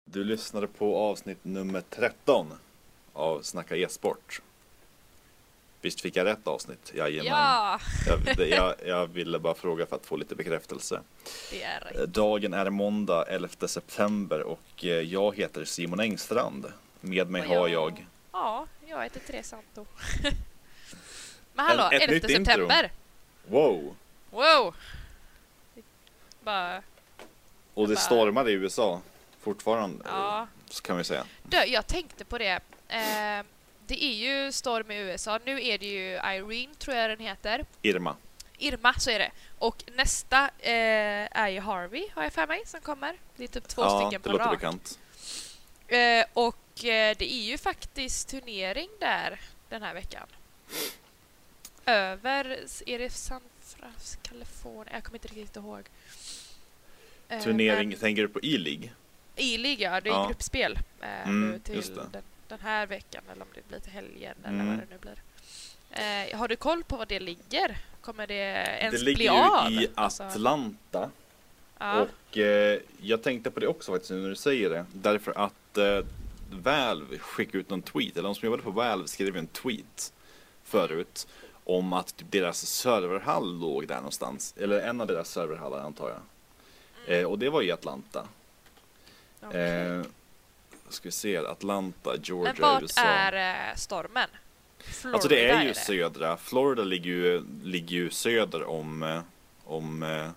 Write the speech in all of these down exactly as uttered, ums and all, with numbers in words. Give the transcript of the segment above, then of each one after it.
Du lyssnade på avsnitt nummer tretton av Snacka e-sport. Visst fick jag rätt avsnitt? Jajamän. Ja! jag, jag, jag ville bara fråga för att få lite bekräftelse. Det är rätt. Dagen är måndag elfte september och jag heter Simon Engstrand. Med mig Och har jag... Ja, jag heter Therese Santo. Men hallå, ett elfte nytt intro. september. Wow! Wow! Bara... Och det bara- stormar i U S A fortfarande, Ja. så kan vi säga. Dö, jag tänkte på det. Eh, det är ju storm i U S A. Nu är det ju Irene, tror jag den heter. Irma. Irma, så är det. Och nästa eh, är ju Harvey, har jag för mig, som kommer. Det är typ två Ja, stycken det på låter rak. bekant. Eh, och eh, det är ju faktiskt turnering där den här veckan. Över, är det San Francisco, Kalifornien? Jag kommer inte riktigt ihåg. Eh, Turnering, men tänker du på E-League? E-League, ja, det är Ja. gruppspel eh, Mm, nu till just det. den, den här veckan, eller om det blir till helgen, Mm. eller vad det nu blir. Eh, har du koll på vad det ligger? Kommer det ens Det ligger bli ju av? i Alltså, Atlanta. ja. Och eh, jag tänkte på det också faktiskt när du säger det. Därför att eh, Valve skickade ut någon tweet, eller de som jobbade på Valve skrev en tweet förut om att typ deras serverhall låg där någonstans. Eller en av deras serverhallar, antar jag. Eh, och det var i Atlanta. Okej. Eh, ska vi se, Atlanta, Georgia, Men vart U S A. är eh, stormen? Florida Alltså det är ju det. södra. Florida ligger ju, ligger ju söder om, eh, om eh,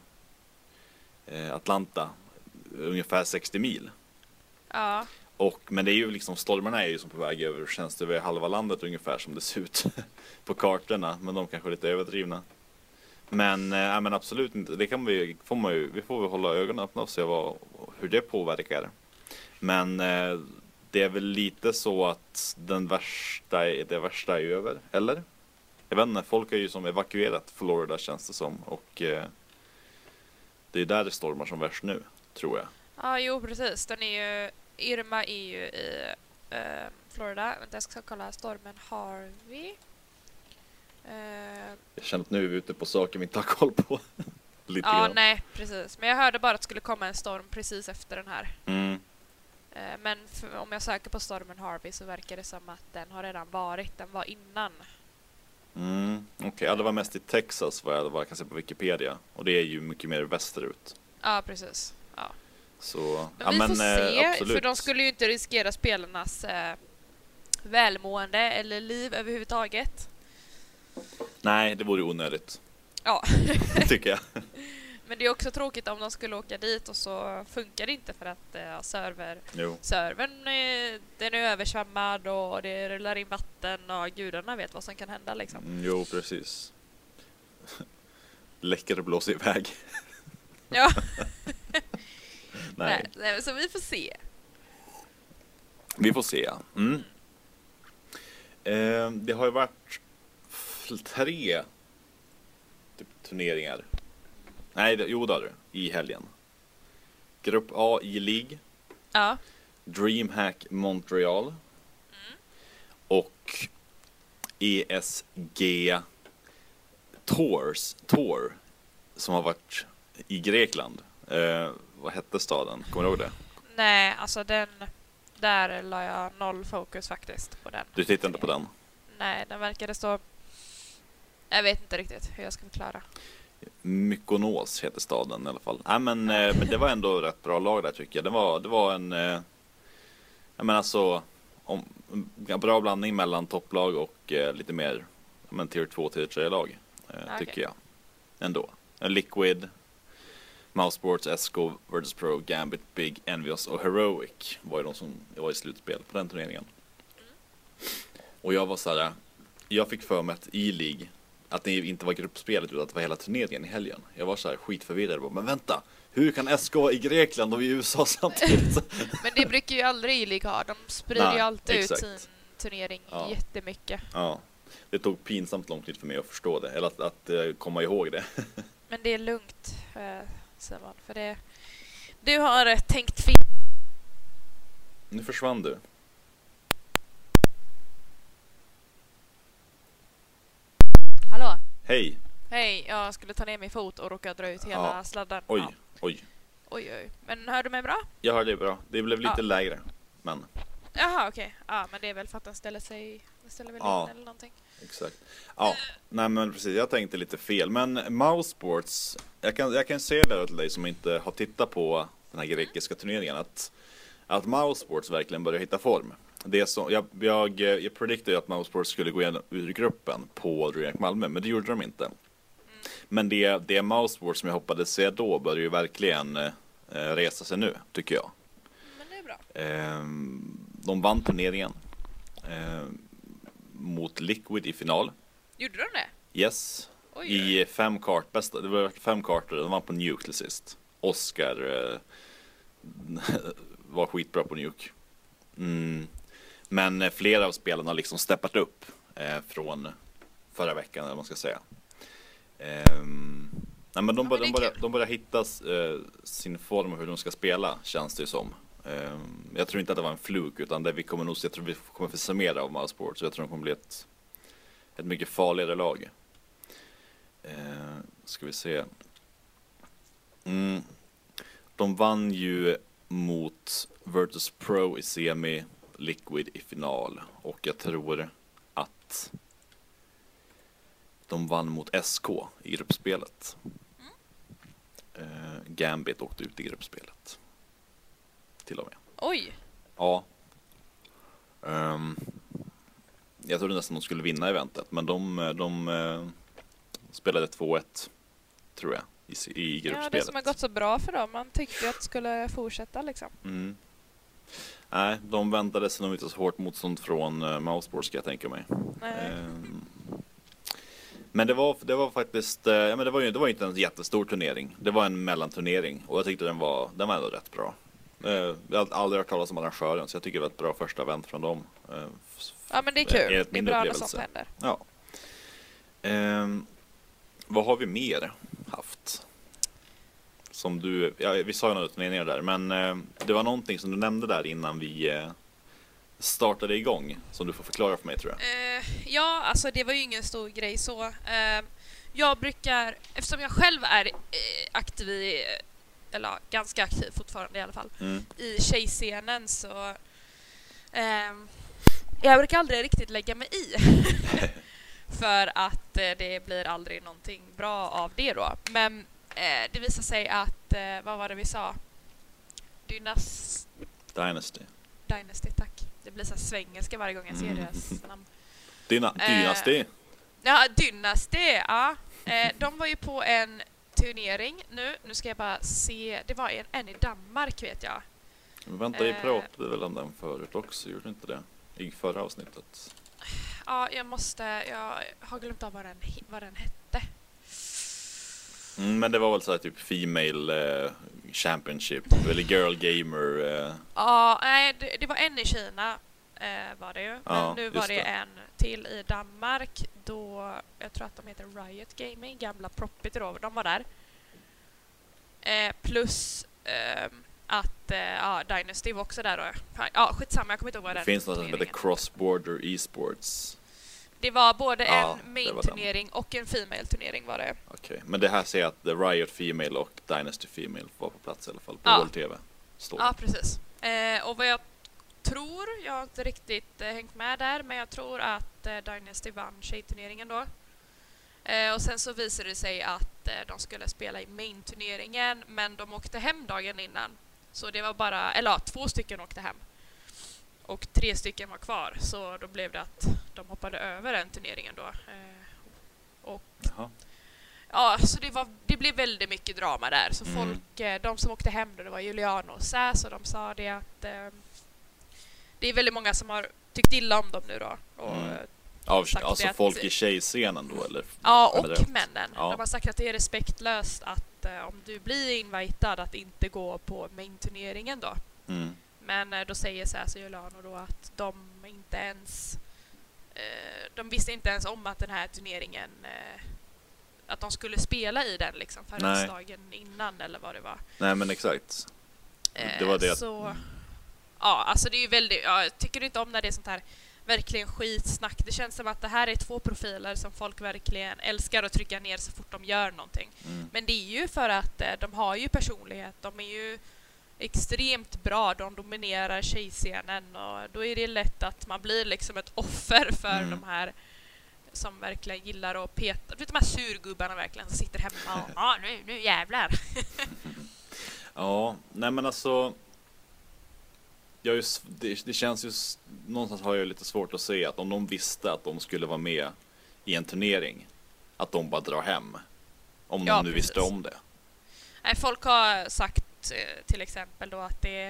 eh, Atlanta. Ungefär sextio mil. Ja. Och, men det är ju liksom, stormarna är ju som på väg över, känns det över halva landet ungefär som det ser ut på kartorna. Men de kanske är lite överdrivna. Men, äh, men absolut inte. Det kan vi, får man ju, vi får väl hålla ögonen öppna och se vad, hur det påverkar. Men eh, det är väl lite så att den värsta, det värsta är över, eller? Jag vet inte, folk har ju som evakuerat Florida, känns det som. Och eh, det är där det stormar som värst nu, tror jag. Ja, jo precis. Den är ju, Irma är ju i eh, Florida. Vänta, jag ska kolla stormen Harvey. Eh, Jag känner att nu är vi ute på saker vi inte har koll på. Lite ja, grann. nej, precis. Men jag hörde bara att det skulle komma en storm precis efter den här. Mm. Eh, men för, om jag söker på stormen Harvey så verkar det som att den har redan varit. Den var innan. Mm. Okej, okay. Ja, det var mest i Texas vad jag, vad jag kan se på Wikipedia. Och det är ju mycket mer västerut. Ja, precis. Ja. Så, Men ja, vi men, får se, eh, absolut. för de skulle ju inte riskera spelarnas eh, välmående eller liv överhuvudtaget. Nej, det vore onödigt, Ja. tycker jag. Men det är också tråkigt om de skulle åka dit och så funkar det inte för att eh, server, Jo. servern eh, den är översvämmad och det rullar in vatten och gudarna vet vad som kan hända liksom. Mm, jo, precis. Läcker och blåser iväg. Ja. Nej. Nej, nej, så vi får se. Vi får se, ja. Mm. Eh, det har ju varit f- tre typ, turneringar. Nej, det, jo då har du, i helgen. Grupp A i League, Ja. Dreamhack Montreal Mm. och E S G Tours, Tour som har varit i Grekland. Eh, vad hette staden? Kommer du ihåg det? Nej, alltså den där la jag noll fokus faktiskt på den. Du tittar inte på den? Nej, den verkade stå. Jag vet inte riktigt hur jag ska förklara. Mykonos heter staden i alla fall. Nej, men, eh, men det var ändå rätt bra lag där tycker jag. Det var, det var en eh, jag menar alltså om, en bra blandning mellan topplag och eh, lite mer men tier två, tier tre lag eh, Okej. tycker jag. Ändå. En Liquid, Mousesports, Esco, Virtus Pro, Gambit, Big, Envious och Heroic var ju de som var i slutspel på den turneringen. Och jag var så här, jag fick för mig att E-League, att det inte var gruppspelet utan att det var hela turneringen i helgen. Jag var så här skitförvirrad. Men vänta, hur kan S K vara i Grekland och vi i U S A samtidigt? Men det brukar ju aldrig E-League ha. De sprider Nej, ju alltid exakt. ut sin turnering Ja. jättemycket. Ja, det tog pinsamt lång tid för mig att förstå det. Eller att, att uh, komma ihåg det. Men det är lugnt, eh, Simon. För det, du har eh, tänkt fel. Nu försvann du. Hallå? Hej. Hej, jag skulle ta ner min fot och råka dra ut hela Ja. sladden. Oj, Ja. oj. Oj, oj. Men hör du mig bra? Jag hör det bra. Det blev lite Ja. lägre. Men Jaha, okej. Okay. Ja, men det är väl för att den ställer sig... Den ställer väl Ja. in eller någonting. exakt. Ja, nej men precis. Jag tänkte lite fel. Men Mousesports, jag kan, jag kan säga det till dig som inte har tittat på den här grekiska turneringen. Att, att Mousesports verkligen börjar hitta form. Det är så, jag, jag, jag prediktade ju att Mousesports skulle gå igenom ur gruppen på Dreamhack Malmö, men det gjorde de inte. Mm. Men det, det Mousesports som jag hoppades se då börjar ju verkligen eh, resa sig nu, tycker jag. Men det är bra. Eh, de vann turneringen eh, mot Liquid i final. Gjorde de det? Yes. Oj, oj. I fem kart, bästa, det var fem kartor, de vann på Nuke till sist. Oscar eh, var skitbra på Nuke. Mm. Men eh, flera av spelarna har liksom steppat upp eh, från förra veckan, eller vad man ska säga. Ehm, nej, men de, Ja, bör, men det är de, börjar, kul. de börjar hitta eh, sin form och hur de ska spela, känns det ju som. Ehm, jag tror inte att det var en fluk, utan det vi kommer nog, jag tror vi kommer få se mer av Mousesports, så jag tror de kommer bli ett, ett mycket farligare lag. Ehm, ska vi se. Mm. De vann ju mot Virtus Pro i semi, Liquid i final, och jag tror att de vann mot S K i gruppspelet. Mm. Eh, Gambit åkte ut i gruppspelet. Till och med. Oj! Ja. Um, jag trodde nästan de skulle vinna eventet, men de, de uh, spelade två ett, tror jag, i, i gruppspelet. Ja, det som har gått så bra för dem. Man tyckte ju att det skulle fortsätta liksom. Mm. Nej, de väntade sig nog inte så hårt motstånd från uh, Mousesports, ska jag tänka mig. Nej. Um, men det var, det var faktiskt, uh, ja, men det var ju det var ju inte en jättestor turnering. Det var en mellanturnering, och jag tyckte den var, den var ändå rätt bra. Uh, jag har aldrig hört talas om arrangören, så jag tycker det var ett bra första event från dem. Uh, Ja, men det är kul. enligt Det är min bra när upplevelse. sånt händer. Ja. Um, vad har vi mer haft? Som du, ja, vi sa ju några turneringar där, men uh, det var någonting som du nämnde där innan vi uh, startade igång, som du får förklara för mig, tror jag. Eh, ja, alltså det var ju ingen stor grej så. Eh, jag brukar, eftersom jag själv är eh, aktiv i, eller ja, ganska aktiv fortfarande i alla fall, Mm. i tjejscenen, så eh, jag brukar aldrig riktigt lägga mig i. För att eh, det blir aldrig någonting bra av det då. Men eh, det visar sig att, eh, vad var det vi sa? Dynas... Dynasty. Dynasty, tack. Det blir så här svengelska varje gång jag ser Mm. deras namn. Dyna, Eh, Dynasty. Ja, Dynasty, ja. Eh, de var ju på en turnering nu. Nu ska jag bara se. Det var en, en i Danmark, vet jag. Men vänta, vi eh, pratade väl om den förut också, gjorde inte det? I förra avsnittet. Ja, jag måste... Jag har glömt av vad den, he- vad den hette. Mm, men det var väl så här typ Female eh, Championship, eller Girl Gamer. Eh. Ja, nej, det, det var en i Kina, eh, var det ju. Men Ja, nu just var det, det. en till i Danmark. Då, jag tror att de heter Riot Gaming, gamla Property då. De var där. Eh, plus ehm, att eh, ja, Dynasty var också där då. Ja, skitsamma, jag kommer inte ihåg vad Det den finns något som heter turneringen. Cross Border Esports. Det var både Ja, en det var main-turnering och en female-turnering var det. Okej, men det här ser jag att The Riot Female och Dynasty Female var på plats i alla fall på Ja. World T V. Står. Ja, precis. Eh, och vad jag tror, jag har inte riktigt eh, hängt med där, men jag tror att eh, Dynasty vann tjejturneringen då. Eh, och sen så visade det sig att eh, de skulle spela i main-turneringen, men de åkte hem dagen innan. Så det var bara, eller ja, två stycken åkte hem. Och tre stycken var kvar, så då blev det att de hoppade över den turneringen då. Eh, och Jaha. ja, så det, var, det blev väldigt mycket drama där. Så Mm. folk, eh, de som åkte hem då, det var Juliano och Säs, och de sa det att eh, det är väldigt många som har tyckt illa om dem nu då. Och, Mm. eh, Av, sagt alltså det att- folk i tjejscenen då, eller? ja, och generellt? männen. Ja. De har sagt att det är respektlöst att eh, om du blir invitad att inte gå på main-turneringen då. Mm. Men eh, då säger Säs och Juliano då att de inte ens eh, de visste inte ens om att den här turneringen eh, att de skulle spela i den liksom förrän Nej. dagen innan eller vad det var. Nej, men exakt. Det var det att- Så, ja, alltså det är ju väldigt, ja, jag tycker inte om när det är sånt här verkligen skitsnack. Det känns som att det här är två profiler som folk verkligen älskar att trycka ner så fort de gör någonting. Mm. Men det är ju för att eh, de har ju personlighet. De är ju extremt bra. De dominerar tjejscenen och då är det lätt att man blir liksom ett offer för Mm. de här som verkligen gillar att peta. Du vet de här surgubbarna verkligen som sitter hemma och ja, nu, nu jävlar. Ja, nej men alltså jag just, det, det känns ju s- någonstans har jag lite svårt att se att om de visste att de skulle vara med i en turnering att de bara drar hem. Om Ja, de nu precis. visste om det. Nej, folk har sagt eh, till exempel då att det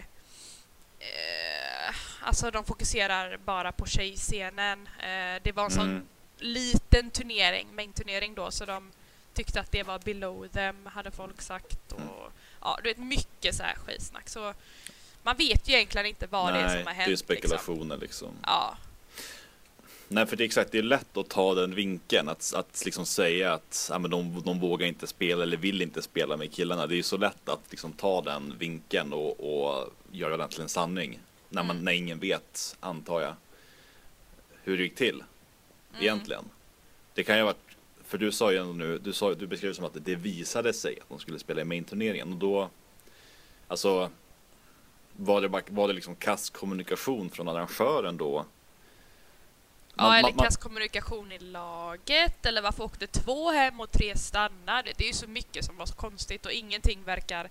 eh, alltså de fokuserar bara på tjejscenen. Eh, det var en sån Mm. liten turnering, mängdturnering då, så de tyckte att det var below them, hade folk sagt. Och, Mm. ja, du vet, mycket så här skitsnack. Så man vet ju egentligen inte vad det är som har hänt. det är spekulationer liksom. Liksom. Ja, Nej, för det är exakt, det är lätt att ta den vinkeln att, att liksom säga att ja, men de, de vågar inte spela eller vill inte spela med killarna. Det är ju så lätt att liksom ta den vinkeln och, och göra den till en sanning när, man, Mm. när ingen vet, antar jag, hur det gick till mm. egentligen. Det kan ju ha varit, för du sa ju ändå nu, du, sa, du beskrev det som att det visade sig att de skulle spela i main-turneringen och då, alltså var det, bara, var det liksom kass kommunikation från arrangören då? Ja, Man- eller man- man- kass kommunikation i laget, eller varför åkte två hem och tre stannade? Det är ju så mycket som var så konstigt och ingenting verkar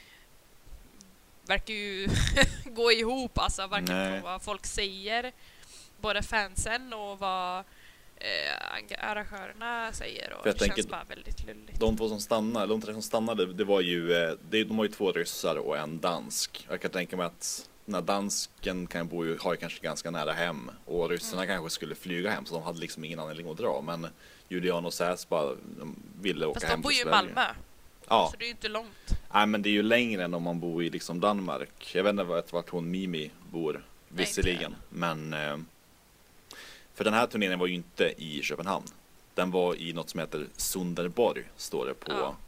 verkar ju gå ihop, alltså varken Nej. på vad folk säger, både fansen och vad eh, arrangörerna säger, och För jag det känns tänker- bara väldigt lulligt. De två som stannade, de tre som stannade, det var ju, eh, det, de var ju två ryssar och en dansk. Jag kan tänka mig att den här dansken kan bo ju, har ju kanske ganska nära hem och ryssarna Mm. kanske skulle flyga hem så de hade liksom ingen anledning att dra. Men Julian och Säs bara de ville åka Fast hem de bor till ju i Sverige. Malmö, Ja, så det är ju inte långt. nej, men det är ju längre än om man bor i liksom Danmark. Jag vet inte vart, vart hon Mimi bor inte visserligen. Men eh, för den här turneringen var ju inte i Köpenhamn. Den var i något som heter Sunderborg, står det på. Ja.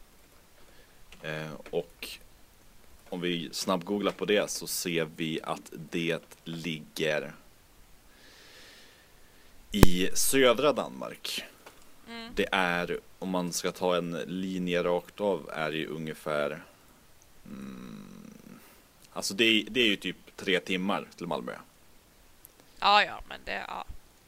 Eh, och om vi snabbgooglar på det så ser vi att det ligger i södra Danmark. Mm. Det är, om man ska ta en linje rakt av, är ju ungefär mm, alltså det är, det är ju typ tre timmar till Malmö. Ja, ja, men det, ja.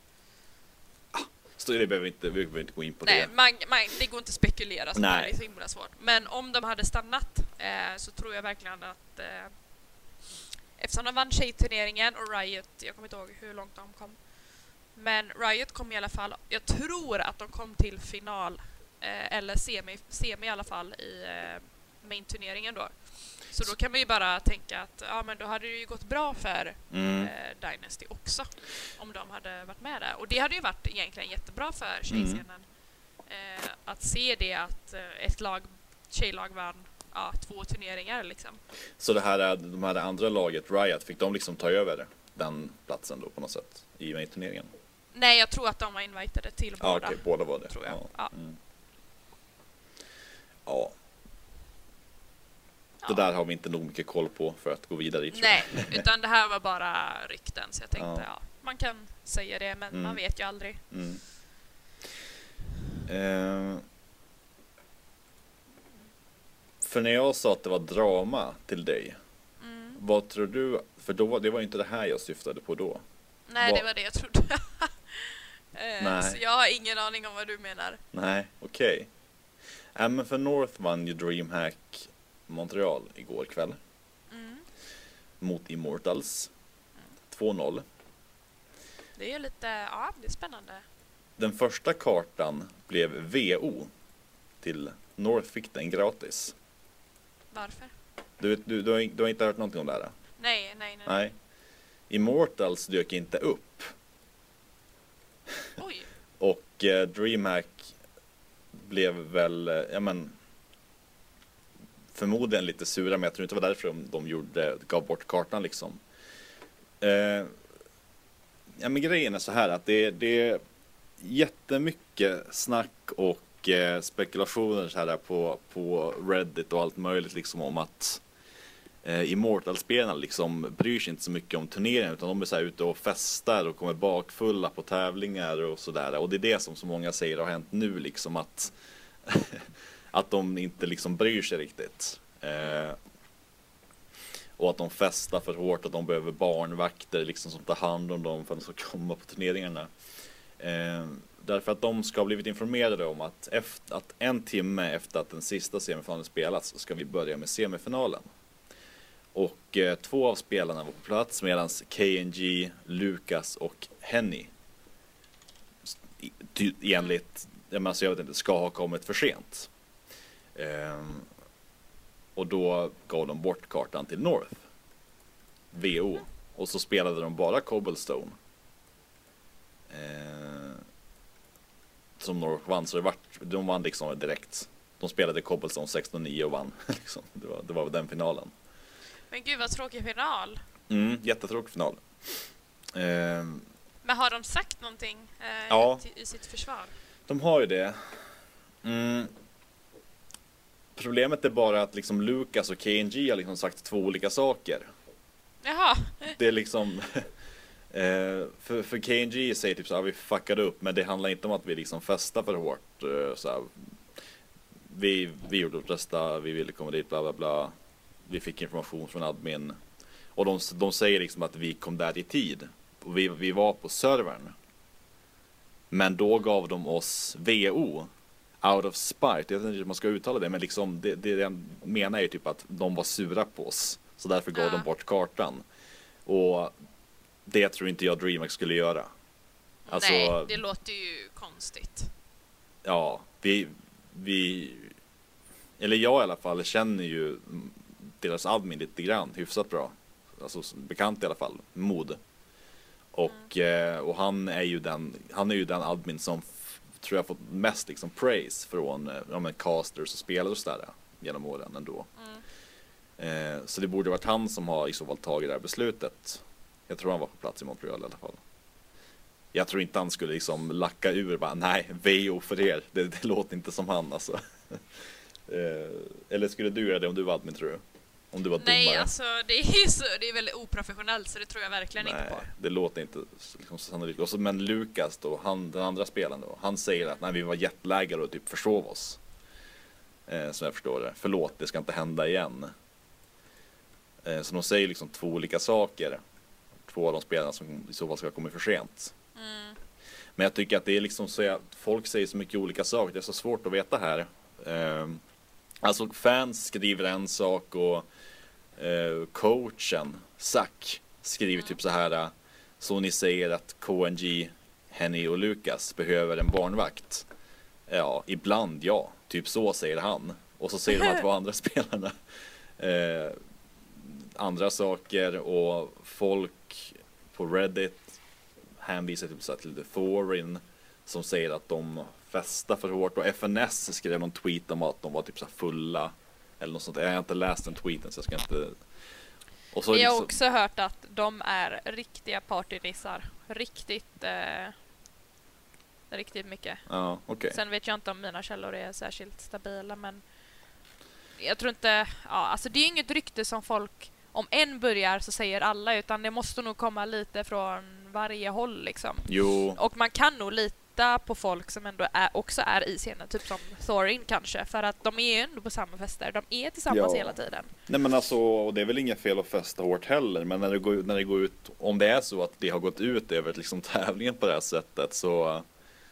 Så det behöver vi inte, vi behöver inte gå in på Nej, det. man, man, det går inte att spekulera, så Nej. det är så himla svårt. Men om de hade stannat eh, så tror jag verkligen att eh, eftersom de vann tjejturneringen och Riot, jag kommer inte ihåg hur långt de kom, men Riot kom i alla fall, jag tror att de kom till final eh, eller semi, semi i alla fall i eh, main-turneringen då. Så då kan man ju bara tänka att ja, men då hade det ju gått bra för Mm. eh, Dynasty också om de hade varit med där. Och det hade ju varit egentligen jättebra för tjejscenen eh, att se det, att eh, ett lag, tjejlag vann ja, två turneringar liksom. Så det här, de här andra laget, Riot, fick de liksom ta över den platsen då på något sätt i main-turneringen? Nej, jag tror att de var inviterade till Ja, båda. okej, båda var det. Tror jag. Ja. Ja. Mm. Ja, Ja. det där har vi inte nog mycket koll på för att gå vidare i, tror Nej, utan det här var bara rykten, så jag tänkte Ja. ja, man kan säga det, men Mm. man vet ju aldrig. jag. Mm. Eh, för när jag sa att det var drama till dig, Mm. vad tror du, för då, det var ju inte det här jag syftade på då. Nej, Vad- det var det jag trodde. eh, Nej. Så jag har ingen aning om vad du menar. Nej, okej. Okay. Äh, men för North vann ju DreamHack Montreal igår kväll Mm. mot Immortals. två noll. Det är lite, ja, det är spännande. Den första kartan blev V O till North, fick den gratis. Varför? Du, du, du, har, du har inte hört någonting om det här? Nej, nej, nej. Nej. Immortals dök inte upp. Oj. Och eh, DreamHack blev väl, eh, ja men förmodligen lite sura, men jag tror inte det var därför de, de gjorde, gav bort kartan liksom. Eh, ja men grejen är så här att det, det är jättemycket snack och eh, spekulationer så här på, på Reddit och allt möjligt liksom om att eh, Immortal-spelarna liksom bryr sig inte så mycket om turneringen, utan de är så här ute och festar och kommer bakfulla på tävlingar och sådär. Och det är det som så många säger har hänt nu, liksom att att de inte liksom bryr sig riktigt. Eh, och att de festar för hårt, att de behöver barnvakter liksom som tar hand om dem för att de ska komma på turneringarna. Eh, därför att de ska ha blivit informerade om att, efter, att en timme efter att den sista semifinalen spelats ska vi börja med semifinalen. Och eh, två av spelarna var på plats, medan K N G, Lucas och Henny ty, enligt, jag, menar, så jag vet inte, ska ha kommit för sent. Eh, och då gav de bort kartan till North, V O, och så spelade de bara Cobblestone. Eh, som North vann, så det var, de vann liksom direkt. De spelade Cobblestone sexton nio och vann. liksom. det, var, det var den finalen. Men gud vad tråkig final. Mm, jättetråkig final. Eh, Men har de sagt någonting eh, ja, i, i sitt försvar? De har ju det. Mm. Problemet är bara att liksom Lucas och K N G har liksom sagt två olika saker. Jaha. Det är liksom eh, för, för K N G säger typ så här, vi fuckade upp, men det handlar inte om att vi liksom festar för hårt. Eh, så här, vi, vi gjorde vårt bästa, vi ville komma dit, bla bla bla. Vi fick information från admin. Och de, de säger liksom att vi kom där i tid. Och vi, vi var på servern. Men då gav de oss V O. Out of spite. Jag vet inte hur man ska uttala det, men liksom det, det jag menar är ju typ att de var sura på oss. Så därför gav Ja. de bort kartan. Och det tror inte jag DreamHack skulle göra. Alltså, Nej, det låter ju konstigt. ja, vi, vi... Eller jag i alla fall känner ju deras admin lite grann, hyfsat bra. Alltså bekant i alla fall, Mod. Och, mm. eh, och han är ju den han är ju den admin som f- tror jag fått mest liksom praise från eh, ja, men casters och spelare och sådär genom åren ändå. Mm. Eh, så det borde varit han som har i så fall tagit det här beslutet. Jag tror han var på plats i Montreal i alla fall. Jag tror inte han skulle liksom lacka ur bara, nej, V O för er. Det, det låter inte som han alltså. eh, eller skulle du göra det om du var admin, tror du? Om du var domare? Nej, alltså det är, så, det är väldigt oprofessionellt, så det tror jag verkligen Nej, inte på. det låter inte liksom sannolikt. Och så, men Lucas då, han, den andra spelaren då, han säger att när vi var jetlaggade och typ försov oss. Eh, som jag förstår det. Förlåt, det ska inte hända igen. Eh, så de säger liksom två olika saker. Två av de spelarna som i så fall ska ha kommit för sent. Mm. Men jag tycker att det är liksom så att folk säger så mycket olika saker. Det är så svårt att veta här. Eh, alltså fans skriver en sak och Uh, coachen Zack skriver typ så här: så ni säger att K N G, Henny och Lucas behöver en barnvakt? Ja, ibland ja, typ så säger han. Och så säger de att vad andra spelarna uh, andra saker, och folk på Reddit hänvisar typ så här till The Thorin som säger att de festar för hårt, och F N S skrev någon tweet om att de var typ så här fulla eller något sånt. Jag har inte läst den tweeten så jag ska inte. Och så Jag liksom... har också hört att de är riktiga partynissar. Riktigt eh, riktigt mycket. Ja, okay. Sen vet jag inte om mina källor är särskilt stabila, men jag tror inte, ja, alltså det är inget rykte som folk, om en börjar så säger alla, utan det måste nog komma lite från varje håll liksom. Jo. Och man kan nog lita på folk som ändå är, också är i scenen, typ som Thorin kanske, för att de är ju ändå på samma fester, de är tillsammans ja. hela tiden. Nej men alltså, och det är väl inga fel att festa hårt heller, men när det går, när det går ut, om det är så att det har gått ut över liksom tävlingen på det här sättet, så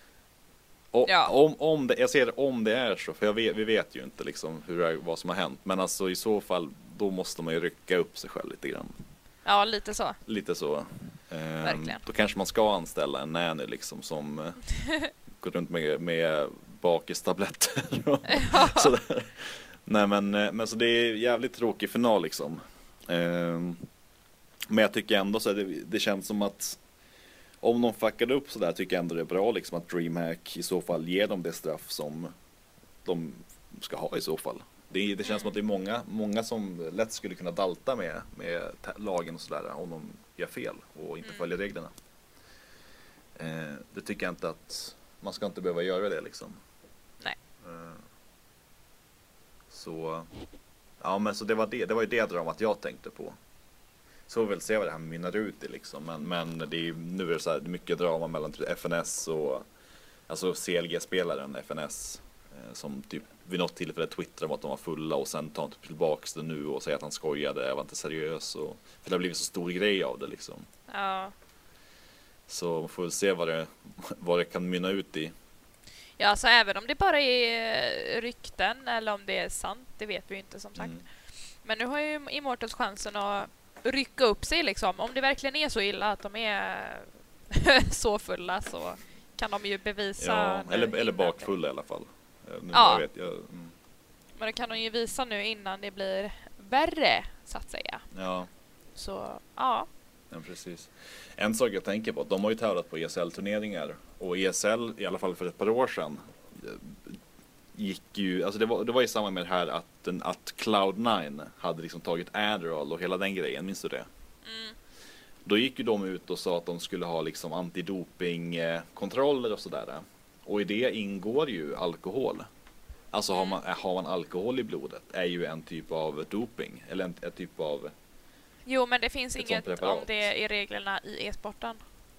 och, ja. om, om det, jag ser det om det är så, för jag vet, vi vet ju inte liksom hur det, vad som har hänt, men alltså i så fall då måste man ju rycka upp sig själv lite grann. Ja, lite så. Lite så. Verkligen. Ehm, då kanske man ska anställa en nanny liksom som eh, går runt med, med bakistabletter och ja. sådär. Nej men, men så det är jävligt tråkig final liksom. Ehm, men jag tycker ändå så här, det, det känns som att om de fuckade upp sådär, tycker jag ändå det är bra liksom att DreamHack i så fall ger dem det straff som de ska ha i så fall. Det, det känns mm. som att det är många, många som lätt skulle kunna dalta med, med lagen och sådär om de gör fel och inte mm. följer reglerna. Eh, det tycker jag inte att man ska inte behöva göra det liksom. Nej. Eh, så Ja, men så det var, det, det var ju det dramat jag tänkte på. Så vi vill se vad det här mynnar ut i liksom. Men, men det är, nu är det så här mycket drama mellan F N S och alltså C L G-spelaren F N S. Eh, som typ vid något tillfälle twittrade om att de var fulla och sen tar han typ tillbaks det nu och säger att han skojade, jag var inte seriös. Och, för det har blivit så stor grej av det liksom. Ja. Så man får väl se vad det, vad det kan mynna ut i. Ja, så även om det bara är rykten eller om det är sant, det vet vi ju inte som sagt. Mm. Men nu har ju Immortals chansen att rycka upp sig liksom. Om det verkligen är så illa att de är så fulla så kan de ju bevisa. Ja, eller, eller innan bakfulla i alla fall. Nu, Ja. jag vet, jag, mm. Men det kan de ju visa nu innan det blir värre, så att säga. Ja. Så, ja. Ja, precis. En sak jag tänker på, de har ju tävlat på E S L-turneringar och E S L, i alla fall för ett par år sedan, gick ju, alltså det var, det var ju samma med det här att, den, att Cloud nine hade liksom tagit Adderall och hela den grejen, minns du det? Mm. Då gick ju de ut och sa att de skulle ha liksom antidopingkontroller och sådär. Och i det ingår ju alkohol. Alltså har man, har man alkohol i blodet är ju en typ av doping, eller en, en typ av... Jo, men det finns Ett sånt inget preparat. om det i reglerna i e-sporten.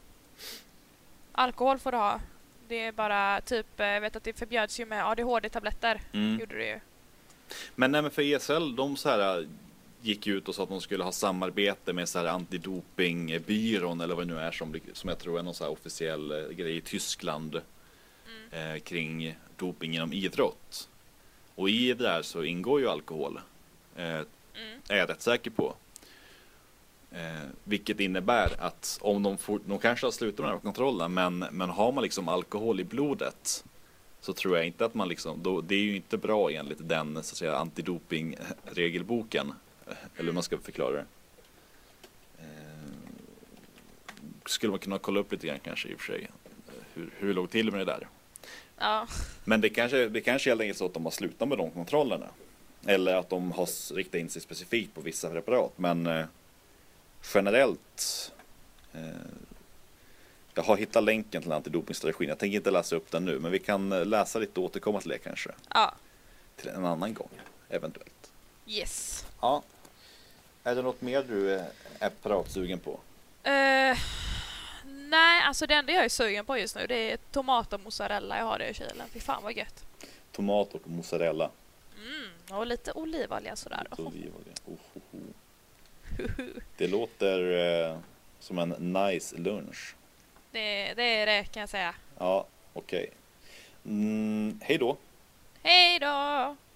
Alkohol får du ha. Det är bara typ, jag vet att det förbjöds ju med A D H D-tabletter. Mm. Gjorde det ju. Men nej, men för E S L, de så här gick ut och sa att de skulle ha samarbete med så här antidopingbyrån eller vad det nu är som, som jag tror är någon så här officiell eh, grej i Tyskland Mm. eh, kring doping inom idrott. Och i det där så ingår ju alkohol. Eh, Mm. är jag rätt säker på. Eh, vilket innebär att om de, får, de kanske har slutat med de här kontrollerna, men, men har man liksom alkohol i blodet så tror jag inte att man liksom, då, det är ju inte bra enligt den så att säga antidoping-regelboken, eller hur man ska förklara det. Eh, skulle man kunna kolla upp lite grann kanske i och för sig hur, hur det låg till med det där. Ja. Men det kanske, det kanske är helt enkelt så att de har slutat med de kontrollerna. Eller att de har riktat in sig specifikt på vissa preparat. Men eh, generellt eh, jag har hittat länken till antidopingstrategin. Jag tänker inte läsa upp den nu, men vi kan läsa lite och återkomma till det kanske. Ja. Till en annan gång, eventuellt. Yes. Ja. Är det något mer du är, är pratsugen på? Uh, nej, alltså det enda jag är sugen på just nu det är tomat och mozzarella. Jag har det i kylen. Fy fan vad gött. Tomat och mozzarella. Mm, och lite olivolja sådär. Lite olivolja. Oh, oh, oh. Det låter eh, som en nice lunch. Det, det är det kan jag säga. Ja, okej. Okay. Mm, hej då. Hej då!